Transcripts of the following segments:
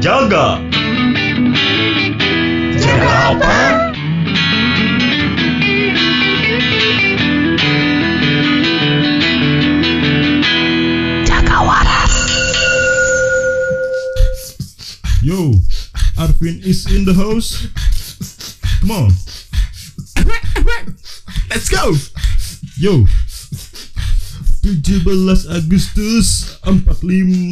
Jaga. Jaga apa? Jaga waras. Yo, Arvin is in the house. Come on. Let's go. Yo. 17 Agustus 45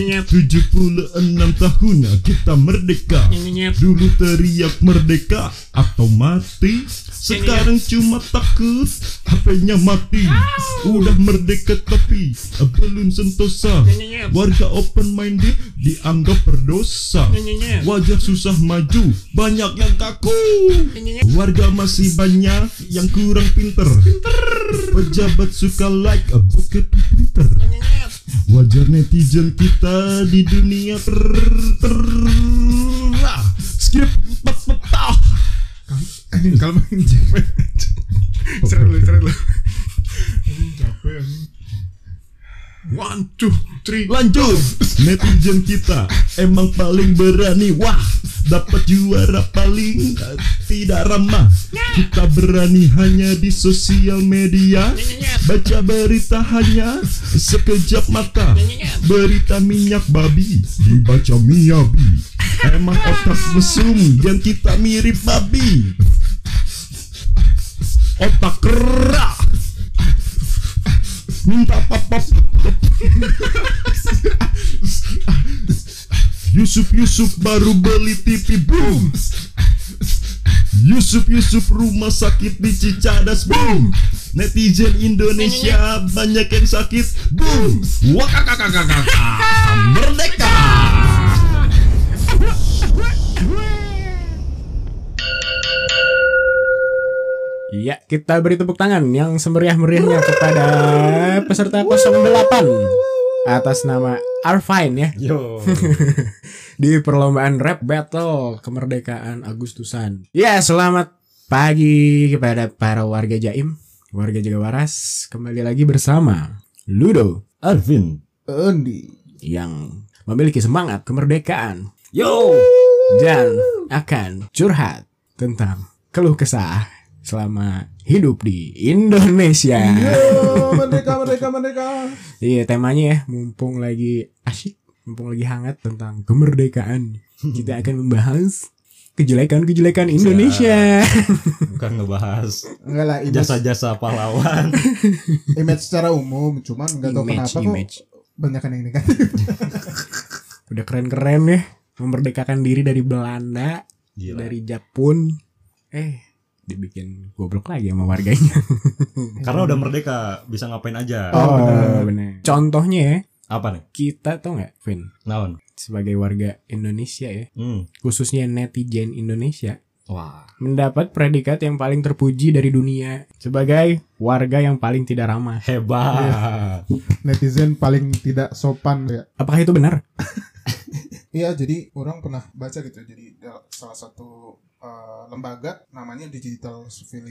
76 tahun kita merdeka. Dulu teriak merdeka atau mati. Sekarang cuma takut HP-nya mati. Udah merdeka tapi belum sentosa. Warga open minded dianggap berdosa. Wajar susah maju, banyak yang kaku. Warga masih banyak yang kurang pinter. Pejabat suka like bukan Twitter. Wajar netizen kita di dunia skip petah. Ini kalau main capek. Istirahat lu. Ini capek. 1, 2, 3 Lanjut. Netizen kita emang paling berani. Wah, dapat juara paling tidak ramah. Kita berani hanya di sosial media. Baca berita hanya sekejap mata. Berita minyak babi dibaca miyabi. Emang otak mesum dan kita mirip babi. Otak kerak minta papa. Yusuf baru beli TV boom. Yusuf rumah sakit di Cicadas boom. Netizen Indonesia banyak yang sakit boom. Wakakakakakaka merdeka. Ya, kita beri tepuk tangan yang semeriah-meriahnya kepada peserta 08 atas nama Arvin ya. Yo. Di perlombaan rap battle kemerdekaan Agustusan. Ya, selamat pagi kepada para warga Jaim, warga Jaga Waras. Kembali lagi bersama Ludo, Arvin, Andi yang memiliki semangat kemerdekaan. yo. Dan akan curhat tentang keluh kesah selama hidup di Indonesia. Yo, merdeka. Iya, temanya ya, mumpung lagi asyik, mumpung lagi hangat tentang kemerdekaan, kita akan membahas kejelekan Indonesia. Bukan ngebahas Enggak lah, jasa-jasa pahlawan. image secara umum, cuman enggak tahu kenapa kok banyak yang negatif. Udah keren-keren ya, memerdekakan diri dari Belanda, Gila. dari Jepun. Dibikin goblok lagi sama warganya. Karena udah merdeka, bisa ngapain aja. Oh, bener. Contohnya ya, Apa nih? kita tau gak, Vin, Naon? sebagai warga Indonesia ya, Hmm. khususnya netizen Indonesia, Wah. mendapat predikat yang paling terpuji dari dunia sebagai warga yang paling tidak ramah. Hebat. Netizen paling tidak sopan ya. Apakah itu benar? Iya, jadi orang pernah baca gitu. Jadi salah satu lembaga namanya Digital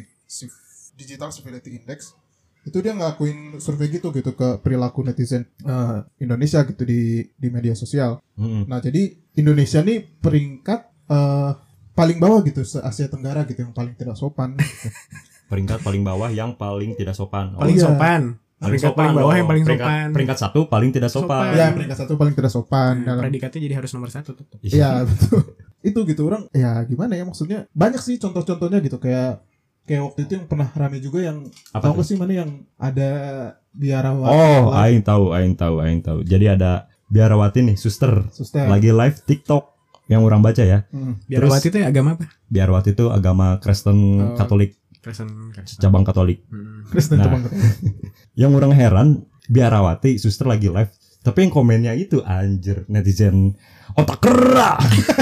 Civility Index. Itu dia ngelakuin survei gitu ke perilaku netizen Indonesia gitu di media sosial. Nah, jadi Indonesia nih peringkat paling bawah gitu se Asia Tenggara gitu, yang paling tidak sopan. Peringkat paling bawah yang paling tidak sopan. Paling iya. sopan. Peringkat paling bawah yang paling sopan. Peringkat 1 paling tidak sopan. Ya, peringkat 1 paling tidak sopan dalam. Predikatnya jadi harus nomor 1 tetap. Iya, betul. Itu gitu orang ya gimana ya, maksudnya banyak sih contoh-contohnya gitu, kayak waktu itu yang pernah rame juga yang tahu gak sih mana yang ada biarawati. Oh, aing tahu. Jadi ada biarawati nih, suster. Lagi live TikTok yang orang baca ya. Biarawati itu agama apa? Biarawati itu agama Kristen Katolik, Kristen. cabang Katolik. Kristen Nah, cabang. yang orang heran, biarawati suster lagi live, tapi yang komennya itu anjir netizen otak kerak.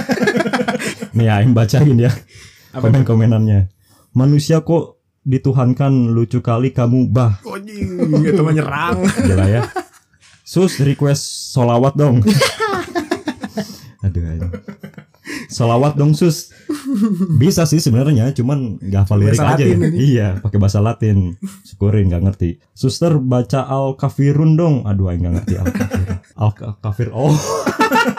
Nih aing bacain ya komen-komenannya. Manusia kok dituhankan, lucu kali kamu bah. Itu menyerang. Gila ya. Sus request solawat dong. Aduh anjing. Solawat dong sus. Bisa sih sebenarnya, cuman nggak hafal lirik aja ya. Iya, pakai bahasa Latin. Syukurin nggak ngerti. Suster baca al kafirun dong. Aduh, nggak ngerti al kafir. Al kafir. Oh.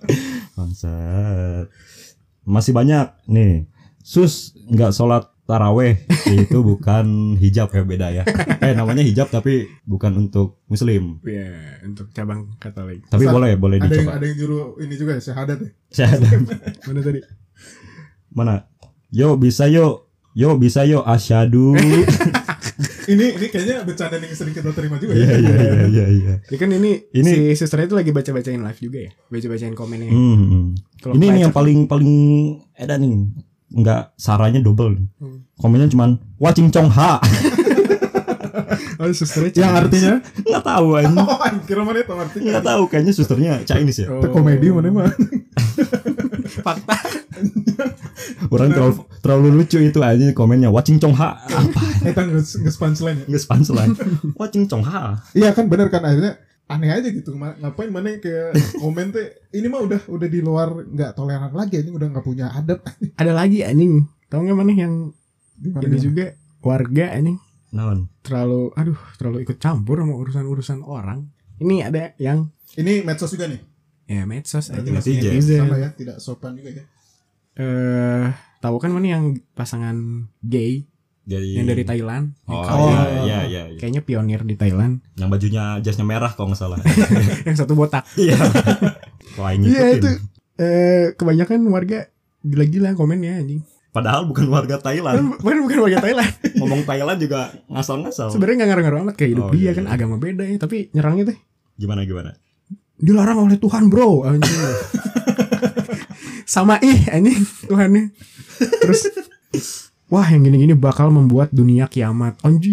Bangsat. Masih banyak nih. Sus nggak sholat taraweh itu bukan hijab ya, beda ya. Namanya hijab tapi bukan untuk muslim. Iya, untuk cabang Katolik. Tapi boleh dicoba. Ada yang juru ini juga ya, syahadat ya. Syahadat. Mana tadi? Mana? Yo bisa yo asyhadu. Ini kayaknya bercanda yang sering kita terima juga Iya. Ya kan ini si susternya itu lagi baca-bacain live juga ya. Baca-bacain komennya. Kalau Ini yang baca- paling edan nih. Enggak, saranya double. Komennya cuman watching cong ha. Oh, susternya yang artinya Enggak tahu aja. kira mana itu artinya. Enggak tahu, kayaknya susternya Chinese ya. Itu komedi mana mah. fakta. Orang terlalu lucu itu aja komennya watching cong ha. Apa? Kita nge punchline ya. Nggak punchline. Watching cong ha. Iya kan benar kan, akhirnya aneh aja gitu. Ngapain mana kayak komen teh ini mah udah di luar nggak toleran lagi, ini udah nggak punya adab. Ada lagi anjing. Tahu enggak mana yang Gimana, ini gimana? juga warga anjing Naon? terlalu ikut campur sama urusan orang. Ini ada yang Ini medsos juga nih. ya medsos aja Netizen. Sama ya, tidak sopan juga ya. tahu kan mana yang pasangan gay yang dari Thailand. Oh, Yang iya. kayaknya pionir di Thailand. Yang bajunya jasnya merah kalau nggak salah. Yang satu botak. Iya. Wah, Iya ngikutin. itu kebanyakan warga gila-gila komennya anjing. Padahal bukan warga Thailand. Bukan warga Thailand. Ngomong Thailand juga ngasal-ngasal. Sebenarnya nggak ngaruh-ngaruh amat kayak hidup Oh, dia iya, kan iya. agama beda ya, tapi nyerangnya teh Gimana? dilarang oleh Tuhan bro anjing. Sama anjing Tuhannya. Terus wah yang gini-gini bakal membuat dunia kiamat anjing.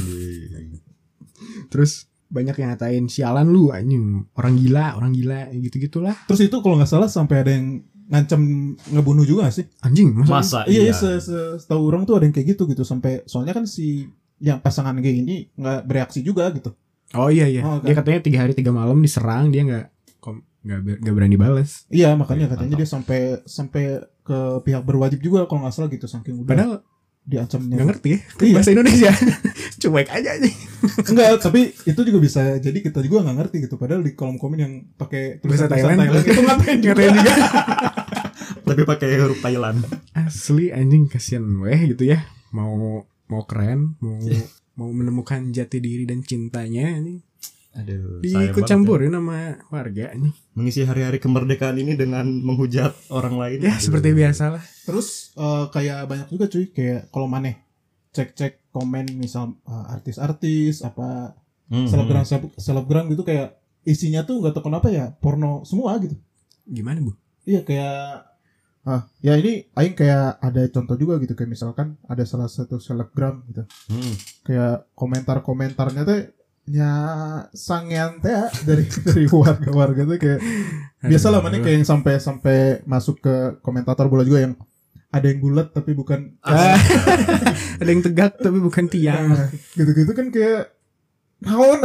Terus banyak yang ngatain sialan lu anjing, orang gila gitu-gitulah. Terus itu kalau nggak salah sampai ada yang ngancam ngebunuh juga gak sih? Anjing Masa Iya, setahu orang tuh ada yang kayak gitu sampai soalnya kan si yang pasangan gay ini nggak bereaksi juga gitu. Oh iya Oh, kan. dia katanya 3 hari 3 malam diserang dia nggak berani balas. Iya, makanya katanya dia sampai ke pihak berwajib juga kalau nggak salah gitu, saking udah Padahal diancamnya. nggak ngerti ya Iya. bahasa Indonesia. Cuek aja nih. Enggak, tapi itu juga bisa jadi kita juga nggak ngerti gitu. Padahal di kolom komen yang pakai Bahasa tulisan Thailand. itu ngapain juga. Tapi pakai huruf Thailand. Asli anjing kasihan weh gitu ya. Mau keren, mau menemukan jati diri dan cintanya anjing. Aduh, sayang Diikut banget campurin sama warga anjing. Mengisi hari-hari kemerdekaan ini dengan menghujat orang lain. Ya seperti biasa lah. Terus kayak banyak juga cuy, kayak kalau maneh cek komen misal artis-artis apa selebgram gitu, kayak isinya tuh nggak tahu kenapa ya porno semua gitu. Gimana bu? Iya kayak ya ini aing kayak ada contoh juga gitu, kayak misalkan ada salah satu selebgram gitu. Kayak komentar-komentarnya tuh nya sangean teh dari warga-warga tuh kayak biasalah mana kayak yang sampai masuk ke komentator bola juga yang ada yang bulat tapi bukan Ada yang tegak tapi bukan tiang. gitu-gitu kan kayak naon.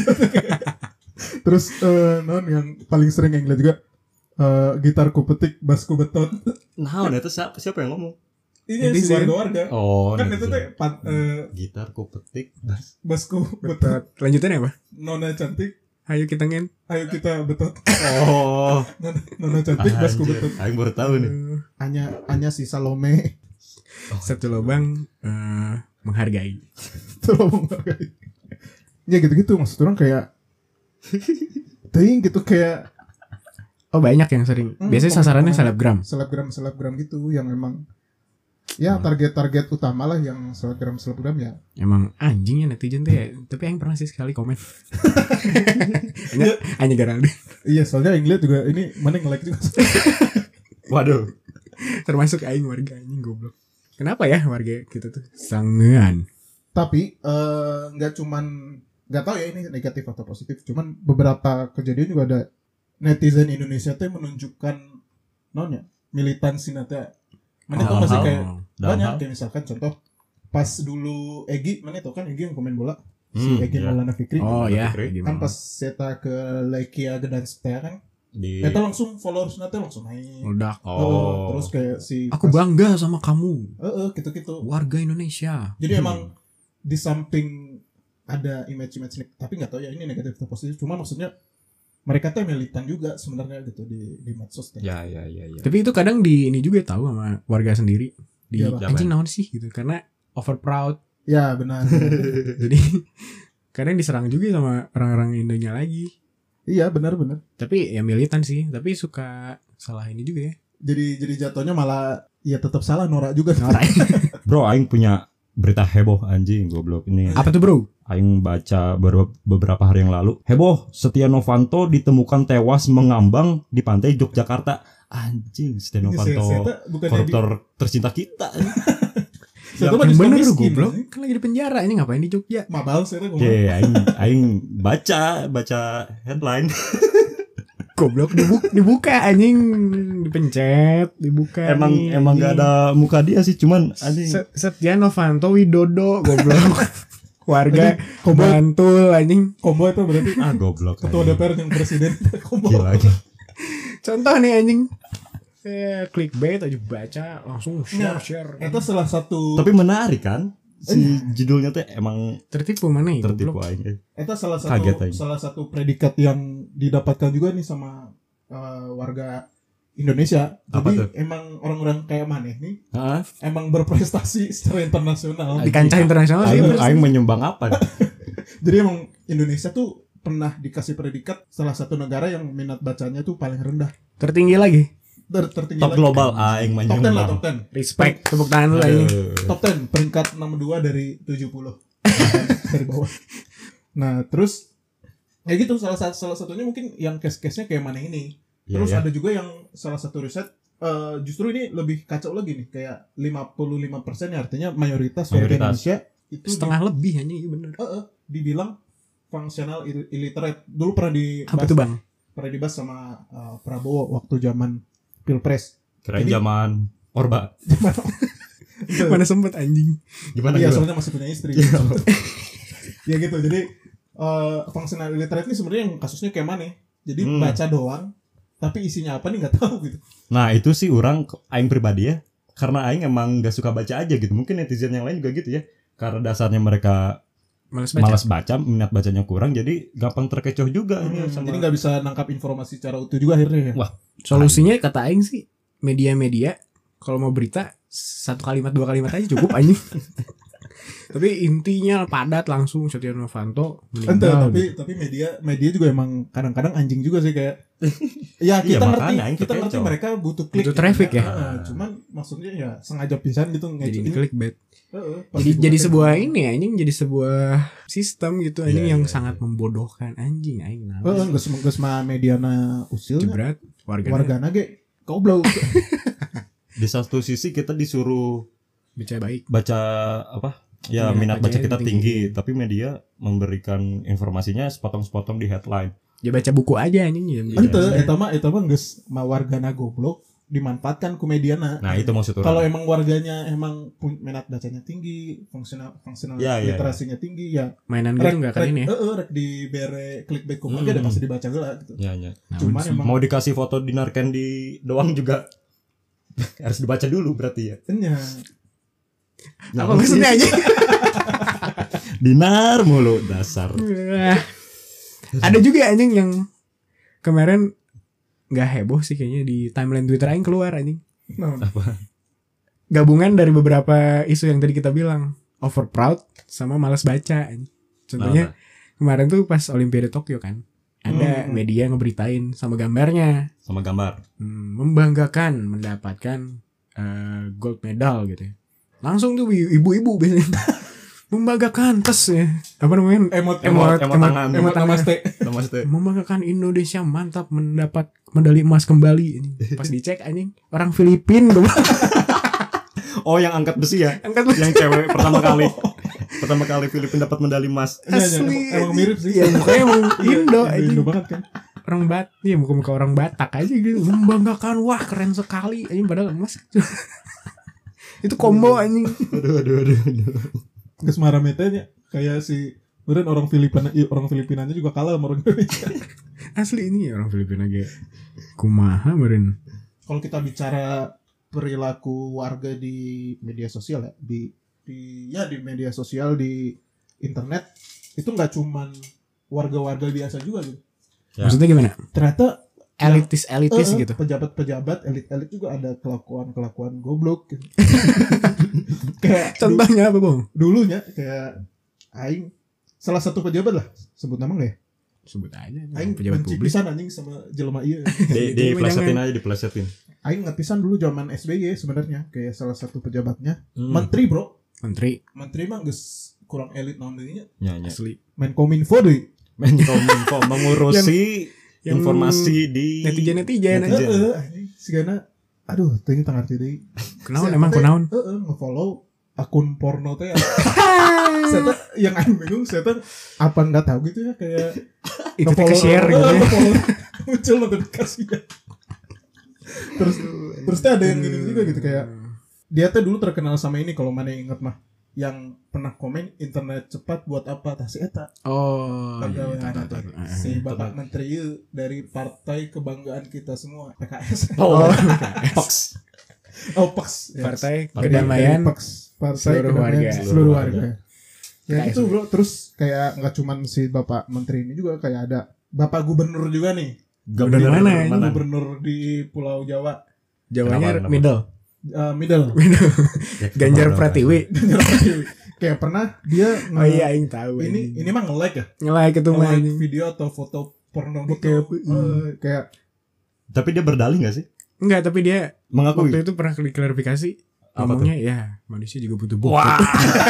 Terus naon yang paling sering yang lihat juga gitarku petik basku betot. Nah, itu siapa yang ngomong? Ini si warga-warga. Oh, Kan itu teh gitar ku petik basku betot. Lanjutannya apa? Nona cantik, Ayo kita ngen. ayo kita betot. Oh, Nona cantik basku anjir. betot. Aing baru tahu nih. Hanya si Salome. Satu lubang menghargai. Tolong menghargai. Ya gitu-gitu maksud orang kayak ting gitu kayak Oh banyak yang sering. Biasanya sasarannya selebgram. selebgram gitu yang memang ya target utama lah yang selebgram ya. Emang anjingnya netizen tuh ya. Tapi yang pernah sih sekali komen. Hanya Geraldo. Iya, soalnya yang lihat juga ini mana yang like juga. Waduh. Termasuk aing warga anjing goblok. Kenapa ya warga gitu tuh sangean. Tapi nggak tahu ya ini negatif atau positif. Cuman beberapa kejadian juga ada netizen Indonesia tuh menunjukkan nonnya militansi nanti. Mana tuh masih kayak banyak kayak misalkan contoh pas dulu Egi, mana tuh kan Egi yang komen bola. Si Egi Maulana Fikri. Oh ya. Kan pas Seta ke Lekia Gdansk kan. Eta langsung followers nanti langsung naik. Udah. Terus kayak si Aku bangga sama kamu. gitu-gitu. Warga Indonesia. Jadi emang di samping ada image tapi nggak tahu ya ini negatif atau positif. Cuma maksudnya mereka tuh militan juga sebenarnya gitu di medsos teh. Ya. Tapi itu kadang di ini juga tahu sama warga sendiri. Di Iya, Bang. anjing naon sih gitu karena over proud. Ya benar. Jadi kadang diserang juga sama orang-orang Indonya lagi. Iya benar. Tapi ya militan sih, tapi suka salah ini juga ya. Jadi jatuhnya malah ya tetap salah norak juga. Norak. Bro, aing punya berita heboh anjing goblok ini. Apa tuh, Bro? Aing baca beberapa hari yang lalu. Heboh, Setia Novanto ditemukan tewas mengambang di pantai Yogyakarta. Anjing, Setia Novanto koruptor tercinta kita. Saya Yang bener goblok. Kan lagi di penjara ini ngapain di Jogja? Mabal saya ngomong. Oke, aing baca headline. Goblok dibuka anjing, dipencet, dibuka. Emang nih, gak anjing. ada muka dia sih, cuman anjing. Setia Novanto Widodo goblok. Warga Bantul anjing. Combo itu berarti Goblok. ketua DPR yang presiden. Combo. Gila. Contoh nih anjing. Clickbait aja baca langsung Nah, share. itu salah satu. Tapi menarik kan? Si judulnya tuh emang Tertipu mana ya? tertipu goblok? aing. Itu Kaget aja. salah satu predikat yang didapatkan juga nih sama warga Indonesia. Apa Jadi tuh? emang orang-orang kayak Maneh nih Heeh. emang berprestasi secara internasional. Di kancah internasional sih. Aing menyumbang apa? Jadi emang Indonesia tuh pernah dikasih predikat salah satu negara yang minat bacanya tuh paling rendah. Tertinggi lagi. Tertinggi Top lagi. global aing Top 10 lah, menyumbang. top 10. Respect, tepuk tangan lu anjing. Top 10 peringkat 62 dari 70 dari bawah. Nah terus ya gitu salah satunya mungkin yang case-case-nya kayak mana ini. Iya, Terus ya. ada juga yang salah satu riset justru ini lebih kacau lagi nih kayak 55% ya artinya mayoritas warga Mayoritas. Indonesia itu Setengah lebih anjing, iya bener. dibilang functional illiterate. Dulu pernah Apa tuh, Bang? dibahas sama Prabowo waktu zaman Pilpres. Kirain Jadi- zaman Orba. Mana sempet anjing. Gimana Iya, gimana? soalnya masih punya istri. Ya gitu. Jadi functional illiterate ini sebenarnya yang kasusnya kayak mana? Jadi baca doang, tapi isinya apa nih nggak tahu gitu. Nah, itu sih orang aing pribadi ya. Karena aing emang gak suka baca aja gitu. Mungkin netizen yang lain juga gitu ya. Karena dasarnya mereka malas baca, minat bacanya kurang, jadi gampang terkecoh juga ini sama. Jadi nggak bisa nangkap informasi secara utuh juga akhirnya ya. Wah, Solusinya kata aing sih media-media kalau mau berita satu kalimat dua kalimat aja cukup anjing. Tapi intinya padat langsung Setia Novanto Ente, meninggal. tapi media juga emang kadang-kadang anjing juga sih kayak ya kita Iya, ngerti makanya aing kita ngerti terkecoh. mereka butuh klik Butuh traffic ya. Cuman maksudnya ya sengaja pisan gitu Jadi ini clickbait. pas Jadi dibuka sebuah kayak ini anjing, jadi sebuah sistem gitu anjing Iya, yang iya, sangat membodohkan anjing aing gitu. naon. Geus mah mediana usil Jebret warga wargana ge goblok. Di satu sisi kita disuruh baca baik. baca apa? Ya, Minat minat baca bacanya kita tinggi, tapi media memberikan informasinya sepotong-sepotong di headline. Ya baca buku aja anjing ya. Ente eta mah geus mah wargana goblok dimanfaatkan ku mediana. Nah, itu maksud orang. Kalau emang warganya emang minat bacanya tinggi, fungsional Ya, ya, literasinya tinggi ya. Mainan gitu enggak kan ini ya. Rek di bere klikbait kumaha ge pasti dibaca geula gitu. Ya, ya. Cuman emang Mau dikasih foto Dinar Candy doang juga harus dibaca dulu berarti ya. enya Apa maksudnya aja? Dinar mulu dasar. Ada juga anjing yang kemarin nggak heboh sih kayaknya di timeline Twitter aing keluar anjing. Gabungan dari beberapa isu yang tadi kita bilang, over proud sama malas baca. Anjing. Contohnya kemarin tuh pas Olimpiade Tokyo kan, ada media ngeberitain sama gambarnya, Sama gambar. membanggakan mendapatkan gold medal gitu ya. Langsung tuh ibu-ibu biasanya membanggakan tes ya. Apa namanya? emot tangan. emot namaste. Namaste. Membanggakan Indonesia mantap mendapat medali emas kembali ini. Pas dicek anjing orang Filipina Oh, yang angkat besi ya? angkat besi. Yang cewek pertama kali. Pertama kali Filipina dapat medali emas. Asli. Emang mirip sih. Iya, mukanya emang Indo Indo anjing. banget kan. Orang iya muka orang Batak aja gitu. Membanggakan, wah keren sekali anjing padahal emas. Itu combo anjing. Aduh. Geus marametenya kayak si beneran orang Filipinanya juga kalah sama orang Indonesia. Asli ini ya orang Filipina ge. Kumaha meureun. Kalau kita bicara perilaku warga di media sosial ya, di media sosial di internet itu nggak cuman warga-warga biasa juga gitu. Ya. Maksudnya gimana? Ternyata Elitis gitu. pejabat-pejabat elit-elit juga ada kelakuan goblok gitu. Kayak Contohnya apa, Bang? dulunya kayak aing salah satu pejabat lah, sebut nama enggak ya? Sebut aja. Aing Pejabat benci publik. pisan anjing sama jelema ieu. Diplesetin aja, diplesetin. Aing ngatisan dulu zaman SBY sebenarnya, kayak salah satu pejabatnya menteri, Bro. Menteri Mah geus kurang elit naon deui nya. Nya. asli. Menkominfo deui. Menkominfo mengurusi yang informasi di netizen Netizen. Heeh, anjing sigana aduh teuing teu ngarti deui. Kenaon emang kunaon? Heeh, nge-follow akun porno teh. Saya tuh yang aing bingung, saya tuh apa nggak tahu gitu ya, kayak Itu ke share gitu ya. nge-follow, muncul notifikasinya. Terus tuh ada yang gini juga gitu, kayak dia tuh dulu terkenal sama ini, kalau mana inget mah, yang pernah komen internet cepat buat apa, tah si eta. Oh, Pegawai iya, anak tuh. Si Bapak Menteri ieu dari Partai Kebanggaan Kita Semua, PKS. Fox. Oh, PAX. Ya. Partai Partai Kedamaian PAX. Partai Seluruh Kedamaian warga. seluruh warga. Ya PKS. gitu, Bro. Terus kayak nggak cuman si Bapak Menteri ini juga, kayak ada Bapak Gubernur juga nih. Gubernur mana ya? Gubernur di Pulau Jawa. Jawanya Kenapa? middle. Middle. Ya, Ganjar kenapa? Pratiwi. Kayak pernah dia Oh iya, aing tahu. ini mah nge-like ya. nge-like itu mah. Nge-like anjing. video atau foto porno Bokep. gitu. Kayak Tapi dia berdalih gak sih? Enggak, tapi dia Mengakui. waktu itu pernah diklarifikasi. Apa Ngomongnya ya manusia juga butuh bukti. Wah.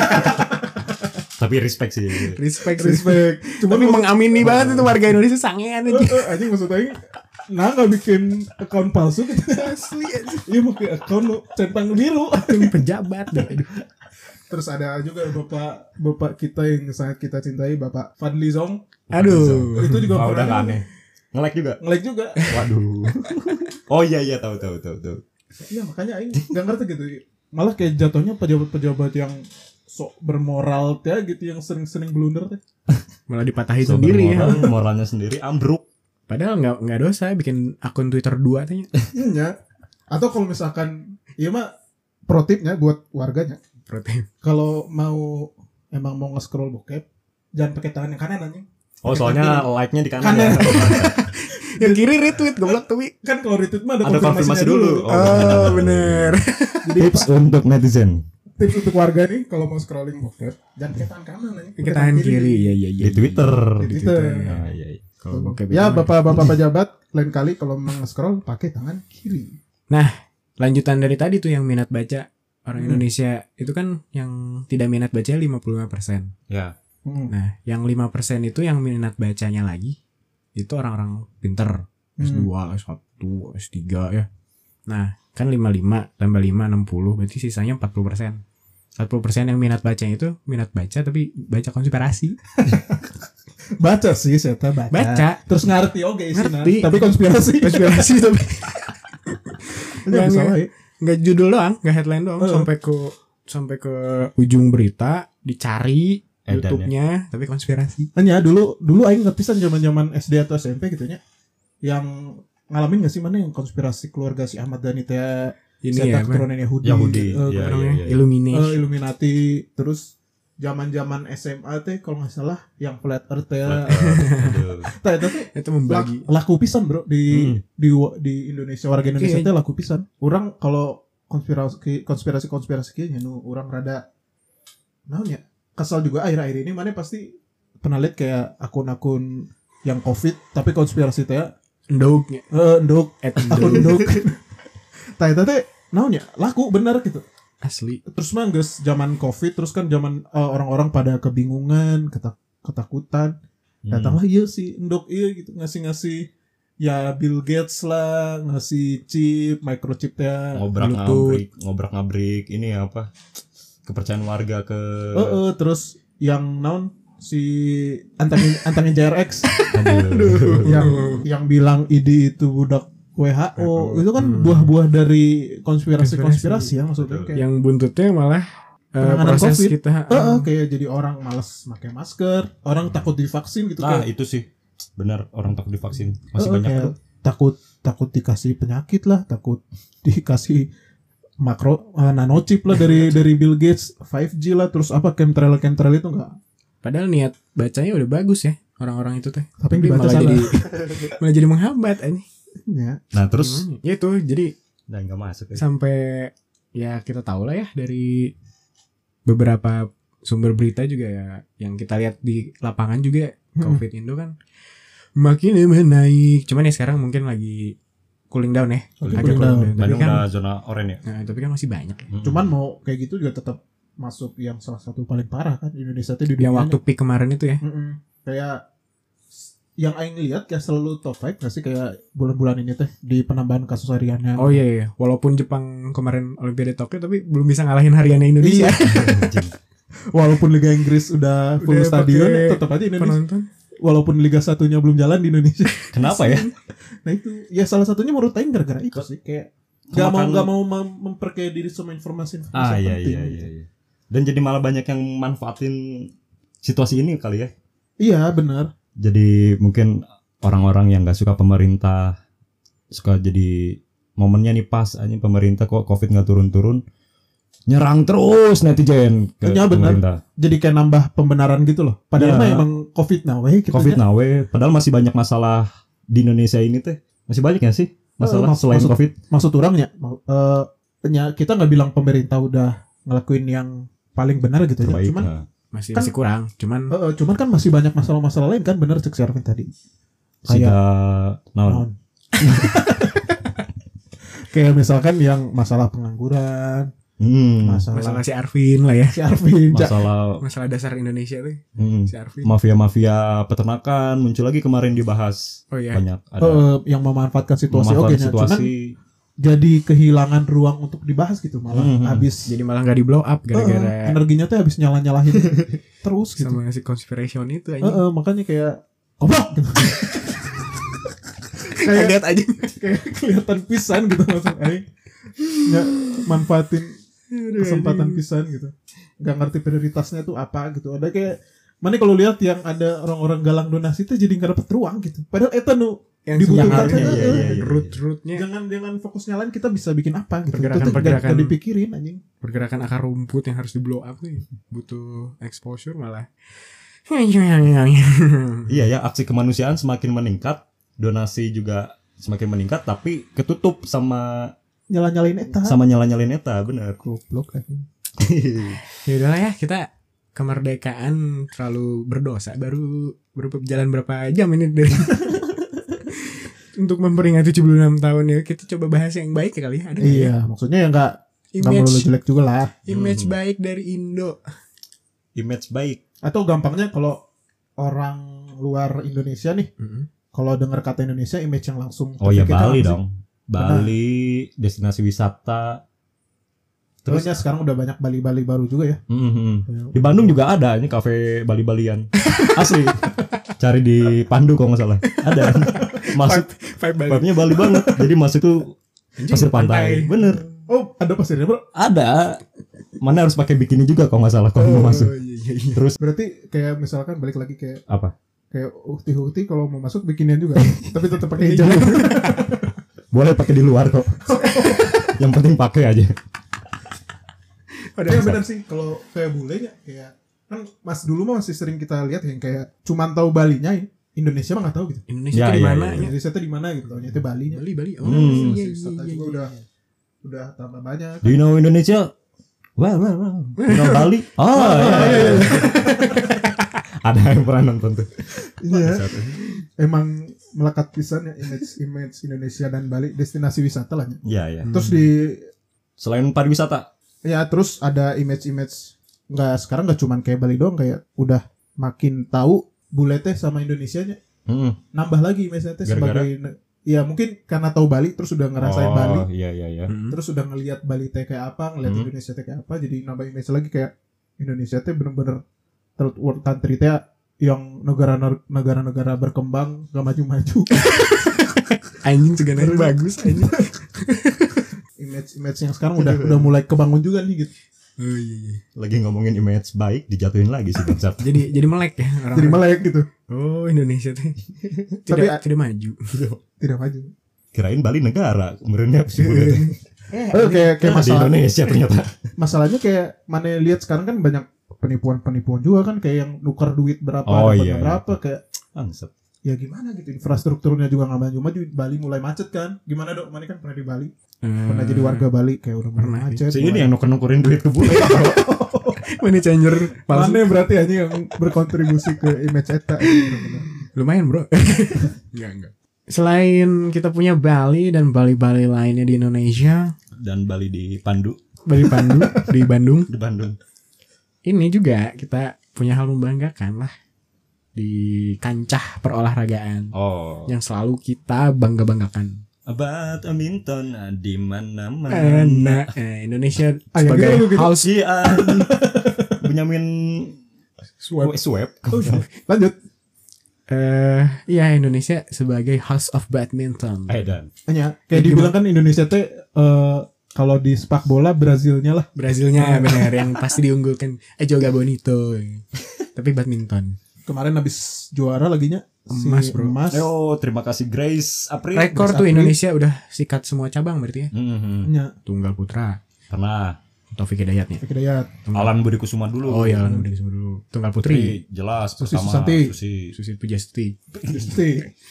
Tapi respect sih. Respect. cuma Tapi mengamini banget itu warga Indonesia sangean aja. anjing maksud aing nggak bikin account palsu gitu. Asli aja. Iya pakai account centang biru. Itu pejabat deh. Terus ada juga bapak kita yang sangat kita cintai, Bapak Fadli Zong. Aduh. Itu juga Wah, udah pernah gak aneh. Nge-like juga. nge-like juga. Waduh. Oh iya tahu. Iya makanya aing nggak ngerti gitu. Malah kayak jatuhnya pejabat-pejabat yang sok bermoral teh gitu, yang sering-sering blunder teh. Malah dipatahin sendiri ya. Moralnya sendiri ambruk. Padahal nggak dosa bikin akun Twitter 2 tanya. Iya. Atau kalau misalkan iya mah pro tipnya buat warganya. Protein. Kalau emang mau nge-scroll bokep, jangan pakai tangan yang kanan anjing. Oh soalnya like-nya di kanan. Kanan. Ya. Yang kiri retweet goblok tapi. Kan kalau retweet mah Ada konfirmasi dulu. Oh, bener. Tips untuk netizen. Tips untuk warga nih kalau mau scrolling bokep, jangan pakai tangan kanan anjing. Pakai tangan kiri. Iya. Di Twitter. Di Twitter. Nah, iya. Kalau bokep Ya itu mah. bapak-bapak pejabat lain kali kalau mau nge-scroll pakai tangan kiri. Lanjutan dari tadi tuh yang minat baca orang Indonesia itu kan yang tidak minat baca 55%. Ya. Nah, yang 5% itu yang minat bacanya lagi itu orang-orang pinter. S2, S1, S3 ya. Nah, kan 55 tambah 5 60 berarti sisanya 40%. 40% yang minat bacanya itu minat baca tapi baca konspirasi. Baca sih saya Baca. Terus ngerti oke isinya. Ngerti. Tapi konspirasi. Konspirasi tapi Nggak bisa wae. nggak judul doang, nggak headline doang, sampai ke ujung berita dicari YouTube-nya tapi konspirasi. Tanya dulu aing ngertisan zaman-zaman SD atau SMP gitu nya. Yang ngalamin gak sih mana yang konspirasi keluarga si Ahmad Dhani teh Ini setan ya, keturunan Yahudi. Yahudi. Iya. Iya. Illuminati. Illuminati. Terus zaman-zaman SMA teh kalau nggak salah yang flat earth teh. Tah itu tuh Itu membagi. laku pisan bro di Indonesia, warga Indonesia teh laku pisan. Orang kalau konspirasi kayaknya nu orang rada naon ya kesal juga akhir-akhir ini, mana pasti pernah lihat kayak akun-akun yang COVID tapi konspirasi teh Nduk. nduk akun nduk. Tah itu teh naon ya laku bener gitu. Asli. Terus mah geus zaman COVID, terus kan zaman orang-orang pada kebingungan, ketakutan. Datanglah ieu si nduk ieu gitu ngasih ya Bill Gates lah, ngasih chip, microchip teh, ngobrak-ngabrik ini apa? Kepercayaan warga ke terus yang naon si antangin JRX yang bilang ID itu budak WHO, itu kan buah-buah dari konspirasi ya maksudnya kayak Yang buntutnya malah penanganan proses COVID. kita Kayak jadi orang malas pakai masker, orang takut divaksin gitu Nah, kayak itu sih. Benar, orang takut divaksin. Masih banyak kayak tuh. takut dikasih penyakit lah, takut dikasih nanochip lah dari Bill Gates, 5G lah, terus apa chemtrail itu enggak Padahal niat bacanya udah bagus ya orang-orang itu teh. Tapi yang dibaca malah salah. malah jadi menghambat ini. Ya. Nah terus Ya itu jadi udah nggak masuk ya. sampai ya kita tahu lah ya dari beberapa sumber berita juga ya yang kita lihat di lapangan juga COVID Indo kan makin menaik. Cuman ya sekarang mungkin lagi cooling down ya. Cooling Agak down. Tapi Bandung kan udah zona oranye ya. nah, tapi kan masih banyak ya. Cuman mau kayak gitu juga tetap masuk yang salah satu paling parah kan Indonesia tuh di dunia. Yang waktu peak kemarin itu ya. Kayak yang aing lihat kayak selalu top 5 gak sih kayak bulan-bulan ini teh di penambahan kasus hariannya. Oh iya. Walaupun Jepang kemarin Olimpiade Tokyo tapi belum bisa ngalahin hariannya Indonesia. Walaupun Liga Inggris udah full Udah stadion pakai tetap aja Indonesia. Penonton. Walaupun Liga 1-nya belum jalan di Indonesia. Kenapa ya? Nah itu ya salah satunya menurut aing gara-gara itu sih kayak Kemakan- gak mau memperkaya diri sama informasi Iya penting. iya. Dan jadi malah banyak yang manfaatin situasi ini kali ya. Iya benar. Jadi mungkin orang-orang yang nggak suka pemerintah suka jadi momennya nih pas aja pemerintah kok COVID nggak turun-turun nyerang terus netizen ke Iya, benar. pemerintah. Jadi kayak nambah pembenaran gitu loh. Padahal Iya. mah emang COVID nah weh gitu COVID nya. nawe padahal masih banyak masalah di Indonesia ini teh. Masih banyak gak sih masalah selain maksud- COVID? Maksud orangnya kita nggak bilang pemerintah udah ngelakuin yang paling benar gitu ya. Terbaik. Cuman Nah. Masih Kan- kurang. Cuman cuman kan masih banyak masalah-masalah lain kan benar cek si Arvin tadi. Sida naon? Naon. Kayak misalkan yang masalah pengangguran, masalah si Arvin lah ya. si Arvin, Masalah Masalah dasar Indonesia tuh si Arvin. mafia-mafia peternakan muncul lagi kemarin dibahas Oh iya. banyak ada yang memanfaatkan situasi memanfaatkan cuman situasi. jadi kehilangan ruang untuk dibahas gitu malah habis Jadi malah nggak di blow up gara-gara energinya tuh habis nyala-nyalahin terus gitu. sama si conspiration itu aja. Makanya kayak goblok gitu. kayak Lihat aja. kayak kelihatan pisan gitu langsung aing nggak manfaatin kesempatan pisan gitu nggak ngerti prioritasnya tuh apa gitu ada kayak mana kalau lihat yang ada orang-orang galang donasi tuh jadi nggak dapet ruang gitu padahal eta nu Yang dibutuhkan sebenarnya iya. root-rootnya jangan fokus nyalain kita bisa bikin apa gitu Pergerakan-pergerakan. nggak dipikirin anjing pergerakan akar rumput yang harus di blow up nih butuh exposure malah. Iya ya, aksi kemanusiaan semakin meningkat, donasi juga semakin meningkat, tapi ketutup sama nyalain eta nyala-nyalain eta, bener. goblok anjing. Ya udahlah ya kita kemerdekaan terlalu berdosa baru berjalan berapa jam ini dari untuk memperingati 76 tahun ya kita coba bahas yang baik ya kali ya ada nggak ya? Iya maksudnya ya nggak melulu image jelek juga lah image baik dari Indo. Image baik. atau gampangnya kalau orang luar Indonesia nih kalau dengar kata Indonesia image yang langsung Oh ya terpikir Bali apa sih? dong. Bali, destinasi wisata. Terus ya sekarang udah banyak Bali-Bali baru juga ya. Di Bandung juga ada ini kafe Bali-Balian. Asli. Cari di Pandu kalau nggak salah. Ada. Masuk vibe-nya Bali banget. Jadi masuk tuh pasir pantai. Bener. Oh, ada pasirnya, Bro. Ada. Mana harus pakai bikini juga kalau nggak salah kalau mau masuk. Iya. Terus Berarti kayak misalkan balik lagi kayak apa? ukti-ukti kalau mau masuk bikinian juga. Tapi tetap pakai hijab. Boleh pakai di luar kok. Yang penting pakai aja. Iya benar sih kalau kayak bulenya kayak kan Mas dulu mah masih sering kita lihat yang kayak cuman tahu Balinya ya. Indonesia mah nggak tahu gitu. Indonesia Ya, tuh di ya, mana ya. ya? Indonesia tuh di mana gitu. Ternyata Balinya. Bali. Oh Hmm. iya Wisata iya juga iya. udah tambah banyak. Do you know Indonesia? Well. You know Bali? Oh iya. Ada yang pernah nonton tuh. Iya. Emang melekat pisan ya image Indonesia dan Bali destinasi wisata lah. Ya. Iya. Terus di Selain pariwisata. ya terus ada image nggak sekarang nggak cuman kayak Bali doang kayak udah makin tahu bule teh sama Indonesianya nambah lagi image teh Gara-gara? sebagai ya mungkin karena tahu Bali terus udah ngerasain Bali Iya. terus udah ngelihat Bali teh kayak apa ngelihat Indonesia teh kayak apa jadi nambah image lagi kayak Indonesia teh bener-bener third world country teh yang negara-negara berkembang gak maju-maju. Anjing sebenarnya bagus anjing. image yang sekarang udah mulai kebangun juga nih gitu. Oh iya. Lagi ngomongin image baik dijatuhin lagi sih bangsat. Jadi melek ya orang. Jadi melek gitu. Oh Indonesia tuh Tapi tidak maju. tidak maju. Kirain Bali negara, kemudiannya sih Kayak di masalah Indonesia ternyata. masalahnya kayak mana lihat sekarang kan banyak penipuan-penipuan juga kan, kayak yang nuker duit berapa Oh, dapat iya, berapa kayak Bangsat. ya gimana gitu, infrastrukturnya juga nggak maju-maju. Bali mulai macet kan, gimana Dok? Mana kan pernah di Bali, pernah jadi warga Bali, kayak udah mulai Pernah. macet. Si ini yang nuker-nukerin duit ke bule. Money changer palsu. Mana berarti aja yang berkontribusi ke image eta. Bener-bener. Lumayan bro. Enggak. Selain kita punya Bali dan Bali-Bali lainnya di Indonesia, Dan Bali di Pandu. Bali Pandu di Bandung, Di Bandung. ini juga kita punya hal membanggakan lah di kancah perolahragaan Oh. yang selalu kita bangga-banggakan. Badminton di mana-mana. Indonesia Ah, ya sebagai gitu. house Iya. Benyamin Swab. Swab. Lanjut. Iya, Indonesia sebagai house of badminton. Dan Hanya kayak dibilang kan Indonesia teh kalau di sepak bola Brazilnya lah. Brazilnya benar yang pasti diunggulkan Joga Bonito. Tapi badminton. Kemarin habis juara laginya Emas, bro. Emas. Oh, terima kasih Grace April. Rekor tuh Indonesia udah sikat semua cabang berarti ya. Mhm. Nya, Tunggal putra, Pernah. Taufik Hidayatnya. Hidayat. Alan Budi Kusuma dulu. Oh ya, udah disebut dulu. Tunggal putri, Putri jelas Susi pertama Susanti. Susi. Susi Pujastuti. Pasti.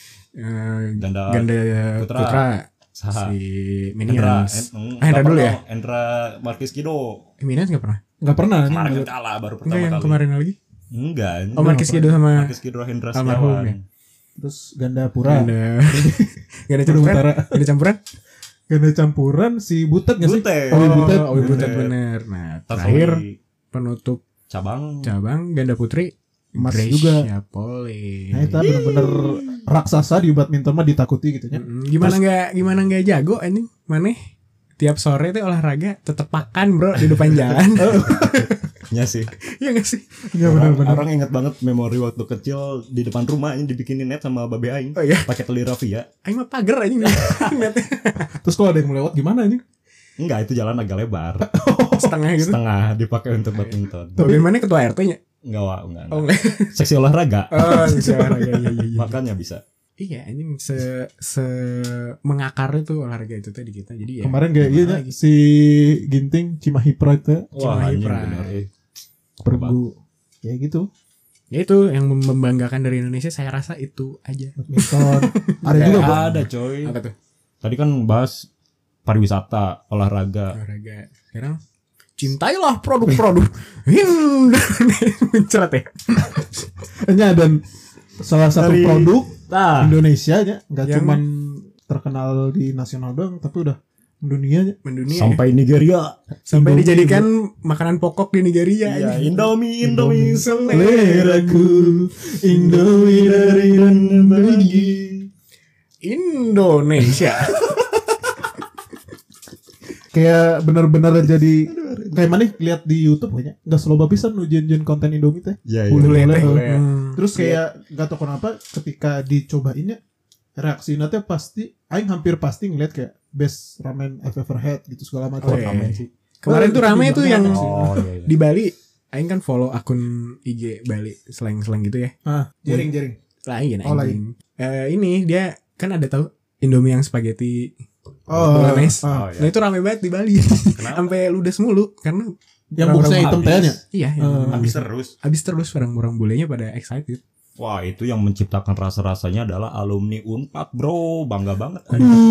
Ganda Putra. putra, Saha. si Hendra, Minions. Hendra dulu ya? Hendra Marquez Kido. Minions nggak pernah. Nggak pernah nih. Kemarin kan kalah baru Enggak pertama yang kali. kemarin lagi. Enggak. Oh, Marquez Kido sama Marquez Kido Hendra almarhum Setiawan. ya. Terus ganda pura. Ganda campuran. Utara. Ganda campuran. Ganda campuran si Butet nggak sih? Butet. Oh, Butet. Oh, Butet bener. Nah, Tasawuf terakhir penutup cabang. cabang ganda putri Emas Gracia juga. Poli. Nah, itu bener-bener raksasa di badminton mah ditakuti gitu ya. Gimana nggak jago anjing? Maneh tiap sore tuh olahraga tetep makan bro di depan jalan. Ya sih. Iya gak sih? Iya Orang, bener-bener. orang ingat banget memori waktu kecil di depan rumah ini dibikinin net sama babe aing. Oh iya. Pakai tali rafia. Aing mah pager anjing. Netnya Terus kalau ada yang melewat gimana nih? Enggak, itu jalan agak lebar. setengah gitu. Setengah dipakai untuk badminton. Bagaimana ketua RT-nya? Enggak, Wak, enggak. Oh enggak. Seksi olahraga. Oh, bisa olahraga. Iya. Makanya bisa. Iya, anjing se mengakar itu olahraga itu tadi kita. Jadi ya. Kemarin kayak iya gimana lagi? si Ginting Cimahi Pride teh Wah, anjing Pride. bener. pergu kayak gitu. Ya itu yang membanggakan dari Indonesia saya rasa itu aja. Badminton. Ada juga Bang. Ada coy. Apa tuh? Tadi kan bahas pariwisata, olahraga. Olahraga. Sekarang cintailah produk-produk Indonesia. Mencret ya. Nya dan salah satu Dari- produk Nah, Indonesia nya nggak Yang cuman terkenal di nasional doang tapi udah mendunia nya. Mendunia. sampai Nigeria. Sampai Indomie, dijadikan makanan pokok di Nigeria. Iya, anjing. Indomie Seleraku Indomie dari dan bagi. Indonesia. Kayak benar-benar jadi kayak mana lihat di YouTube kayaknya nggak selalu pisan ujian-ujian konten Indomie teh. Iya, Bule Bule teh. teh. Terus kayak nggak tahu kenapa ketika dicobainnya reaksinya teh pasti aing hampir pasti ngeliat kayak best ramen I've ever had gitu segala macam. Oh, iya. Ramen sih. Kemarin tuh rame tuh yang Oh, iya. di Bali. Aing kan follow akun IG Bali slang-slang gitu ya. Ah, jaring-jaring. Lain Oh, anjing. Ini dia kan ada tahu Indomie yang spaghetti Oh, bolognese. Oh, iya. Nah itu rame banget di Bali. Sampai ludes mulu karena yang bungkusnya hitam tehnya. iya yang Habis terus. habis terus orang-orang bulenya pada excited. Wah, itu yang menciptakan rasa-rasanya adalah alumni Unpad, bro. Bangga banget.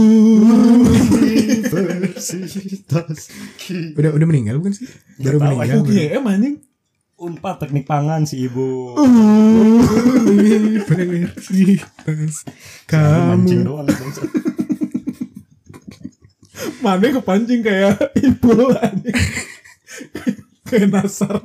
Universitas Udah meninggal bukan sih? Baru tahu, meninggal. UGM anjing. Unpad teknik pangan si ibu. Universitas Mancing kamu. doang. bangsa. Mana kepancing kayak Ipul anjing. Kayak Nasar.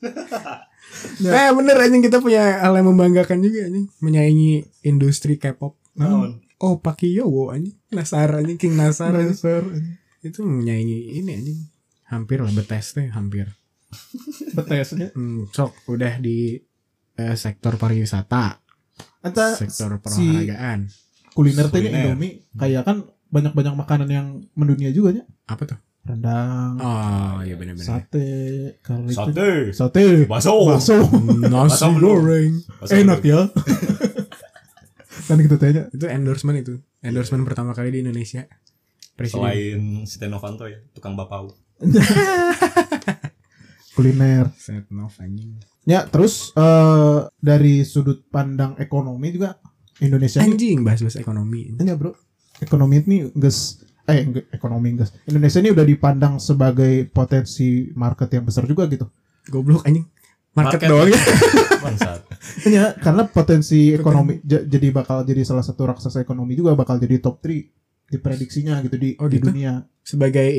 Bener anjing kita punya hal yang membanggakan juga anjing. Menyaingi industri K-pop. Naon? Oh Pakiyowo anjing. Nasar anjing King Nasar anjing. Nasar. Itu menyaingi ini anjing. Hampir lah betes teh hampir. Betesnya. Sok udah di sektor pariwisata, Anta sektor si perolahragaan. kuliner teh Kuliner. Indomie kayak kan banyak-banyak makanan yang mendunia juga nya. Apa tuh? Rendang, Oh iya benar-benar. sate, kalau itu Sate. sate, Bakso. bakso. Nasi Bakso belum. goreng. Bakso Enak belum. ya. Kan kita tanya. Itu endorsement itu. Endorsement pertama kali di Indonesia. Presiden. Selain Setia Novanto ya, tukang bapau. kuliner. Setnov anjing. Ya, terus dari sudut pandang ekonomi juga Indonesia ini Anjing bahas-bahas ekonomi. ya bro, ekonomi ini ekonomi Indonesia ini udah dipandang sebagai potensi market yang besar juga gitu. Goblok anjing. Market doang ya. Bangsat. Ya, karena potensi ekonomi jadi bakal jadi salah satu raksasa ekonomi juga, bakal jadi top 3 diprediksinya gitu di gitu? dunia. Sebagai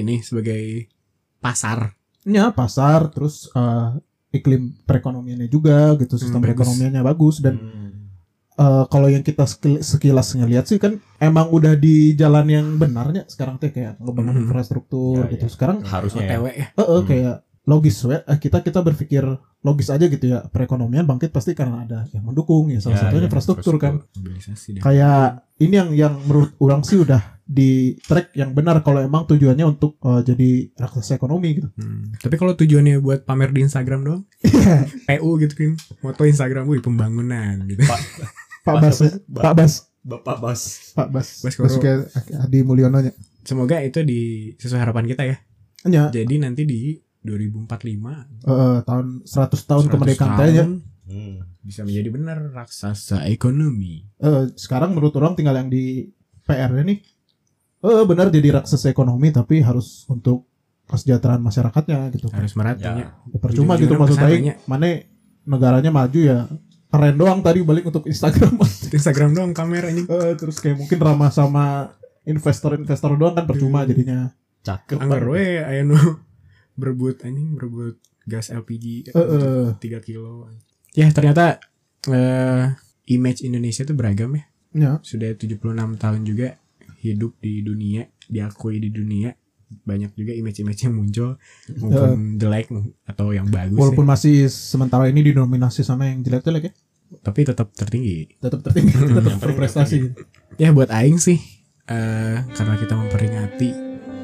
pasar. Ya, pasar, terus iklim perekonomiannya juga gitu, sistem Bagus. perekonomiannya bagus dan kalau yang kita sekilas ngelihat sih kan emang udah di jalan yang benarnya sekarang teh kayak ngebangun infrastruktur Ya, gitu. ya. Sekarang Harusnya ya. OTW ya. kayak logis kita berpikir logis aja gitu ya, perekonomian bangkit pasti karena ada yang mendukung ya, salah Ya, satunya ya, infrastruktur kan. Mobilisasi deh. Kayak ini yang menurut orang sih udah di track yang benar kalau emang tujuannya untuk jadi raksasa ekonomi gitu. Tapi kalau tujuannya buat pamer di Instagram doang, PU gitu kan, moto Instagram, wih pembangunan gitu. Pak Bas Bas Koro. Basuki Hadi Mulyono nya. Semoga itu sesuai harapan kita ya. Ya, Jadi nanti di 2045 tahun 100 tahun 100 kemerdekaan tahun, ya. bisa menjadi benar raksasa ekonomi. Sekarang menurut orang tinggal yang di PR nih. Benar jadi raksasa ekonomi tapi harus untuk kesejahteraan masyarakatnya gitu. Harus merata Ya. ya. Ya, percuma gitu Ujung-ujungnya maksud kesananya. aing, mana negaranya maju ya keren doang tadi balik untuk Instagram. Instagram doang kamera ini. Terus kayak mungkin ramah sama investor doang kan percuma jadinya. Cakep. Anggar we aya nu berebut gas LPG 3 kilo. Ya ternyata image Indonesia itu beragam ya. Ya. Sudah 76 tahun juga hidup di dunia, diakui di dunia. Banyak juga image-image yang muncul, maupun jelek atau yang bagus Walaupun ya. masih sementara ini didominasi sama yang jelek-jelek ya. Tapi tetap tertinggi. Tetap tertinggi, tetap berprestasi. Ya buat aing sih karena kita memperingati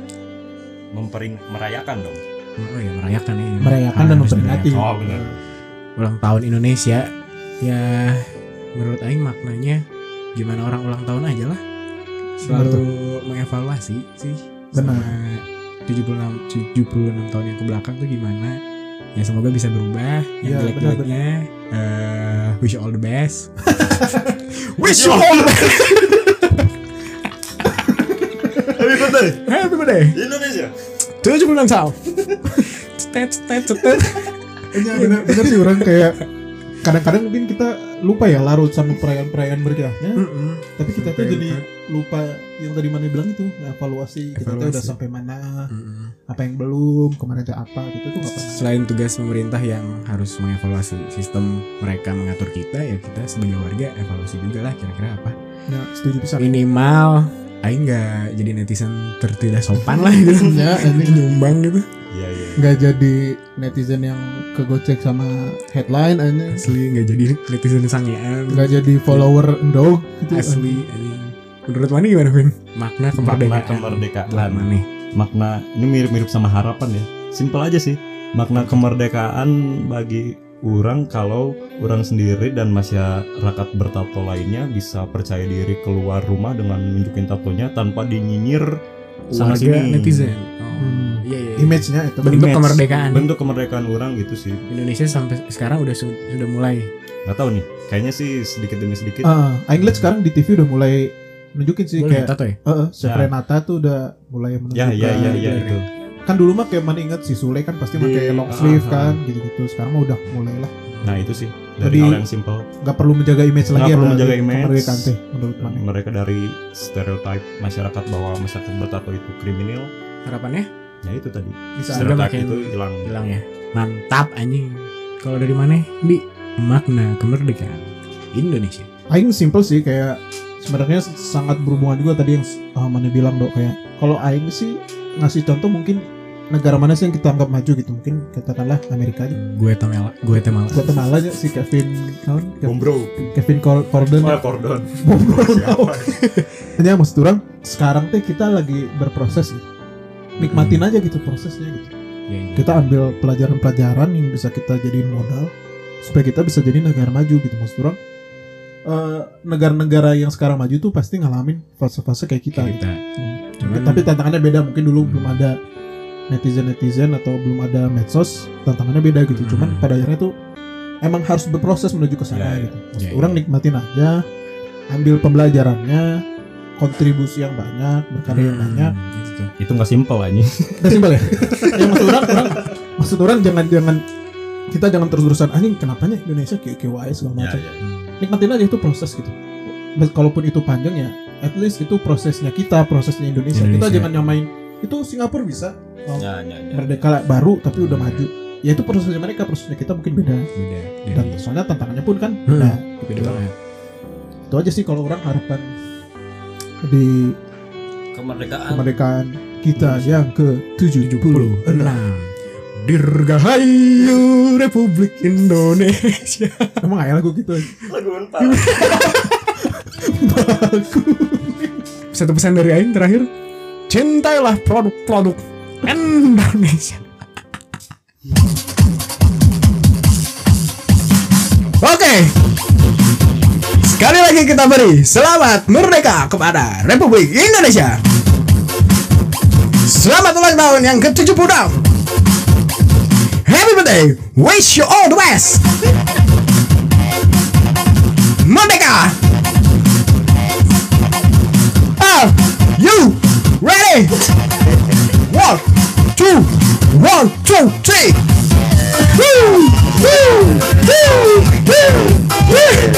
Merayakan dong. merayakan ya. Merayakan dan memperingati. Oh benar. Ulang tahun Indonesia. Ya menurut aing maknanya gimana orang ulang tahun aja lah. Selalu mengevaluasi sih. Benar. Selama 76 tahun yang kebelakang tuh gimana. Ya semoga bisa berubah. Yang Ya, jelek-jeleknya wish you all the best. Wish you all the best. Happy birthday Indonesia. 76 tahun. Cetet. Iya benar sih orang kayak kadang-kadang mungkin kita lupa ya larut sama perayaan-perayaan berkahnya. Tapi kita tuh jadi lupa yang tadi mana bilang itu, evaluasi kita tuh udah sampai mana, apa yang belum, kemarin tuh apa gitu tuh nggak pernah. Selain tugas pemerintah yang harus mengevaluasi sistem mereka mengatur kita, ya kita sebagai warga evaluasi juga lah kira-kira apa. Ya, setuju bisa. Minimal aing nggak jadi netizen tertidak sopan lah gitu. Ya, ini nyumbang gitu. Iya iya. nggak jadi netizen yang kegocek sama headline aja, Asli nggak jadi netizen sangean. nggak jadi follower endog gitu. Asli anjing. Menurut mana gimana Vin? Makna kemerdekaan. kemerdekaan. Buat mana? Makna ini mirip-mirip sama harapan ya. Simpel aja sih. Makna kemerdekaan bagi orang kalau orang sendiri dan masyarakat bertato lainnya bisa percaya diri keluar rumah dengan nunjukin tatonya tanpa dinyinyir sana Warga sini. netizen. Iya. Image-nya itu Bentuk kemerdekaan. Bentuk kemerdekaan orang gitu sih. Indonesia sampai sekarang sudah mulai. Nggak tahu nih. Kayaknya sih sedikit demi sedikit. Aing liat sekarang di TV udah mulai nunjukin sih Boleh kayak tato ya? Chef Ya. Renata tuh udah mulai Ya menunjukkan. itu. Kan dulu mah kayak mana inget si Sule kan pasti pakai long sleeve kan gitu-gitu. Sekarang mah udah mulai lah. Nah itu sih dari Jadi, hal yang simpel. Gak perlu menjaga image lagi Nggak perlu menjaga berarti image. kemerdekaan teh menurut mana. Mereka dari stereotip masyarakat bahwa masyarakat bertato itu kriminal. Harapannya Ya itu tadi. Bisa Semoga Stereotip makin itu hilang. hilang ya. Mantap anjing. Kalau dari mana? Di makna kemerdekaan Indonesia. Aing simple sih kayak sebenarnya sangat berhubungan juga tadi yang mana bilang dok kayak kalau Aing sih ngasih contoh mungkin negara mana sih yang kita anggap maju gitu, mungkin katakanlah Amerika aja. Guatemala. Guatemala aja si Bombro. Kevin Corden. Cordon. Ya maksud orang sekarang teh kita lagi berproses gitu. Nikmatin aja gitu prosesnya gitu. Ya. Kita ambil pelajaran-pelajaran yang bisa kita jadiin modal supaya kita bisa jadi negara maju gitu. Maksud orang negara-negara yang sekarang maju tuh pasti ngalamin fase-fase kayak kita gitu. Cuman, Tapi tantangannya beda, mungkin dulu belum ada netizen atau belum ada medsos, tantangannya beda gitu. Cuman pada akhirnya tuh emang harus berproses menuju ke sana gitu. Orang nikmatin aja, ambil pembelajarannya, kontribusi yang banyak, berkarya yang banyak. Gitu. Itu nggak simpel aja. Nggak simpel ya? Yang maksud orang jangan kita jangan terus-terusan anjing kenapanya Indonesia kayak segala macam. Nikmatin aja itu proses gitu. Kalaupun itu panjang ya, at least itu prosesnya kita, prosesnya Indonesia. Kita jangan nyamain itu Singapura bisa merdeka baru tapi udah maju. Ya itu prosesnya mereka, prosesnya kita mungkin beda. Dan soalnya tantangannya pun kan beda banget. Itu aja sih kalau orang harapan di kemerdekaan kita yang ke-76. Dirgahayu Republik Indonesia. Emang ada lagu gitu? Lagu mental. Satu pesan dari Aing terakhir, cintailah produk-produk Indonesia. Oke, sekali lagi kita beri selamat merdeka kepada Republik Indonesia. Selamat ulang tahun yang ke-76. Happy birthday, wish you all the best. Merdeka. Are you ready? 1, 2, 1, 2, 3. Woo! Woo! Woo! Woo!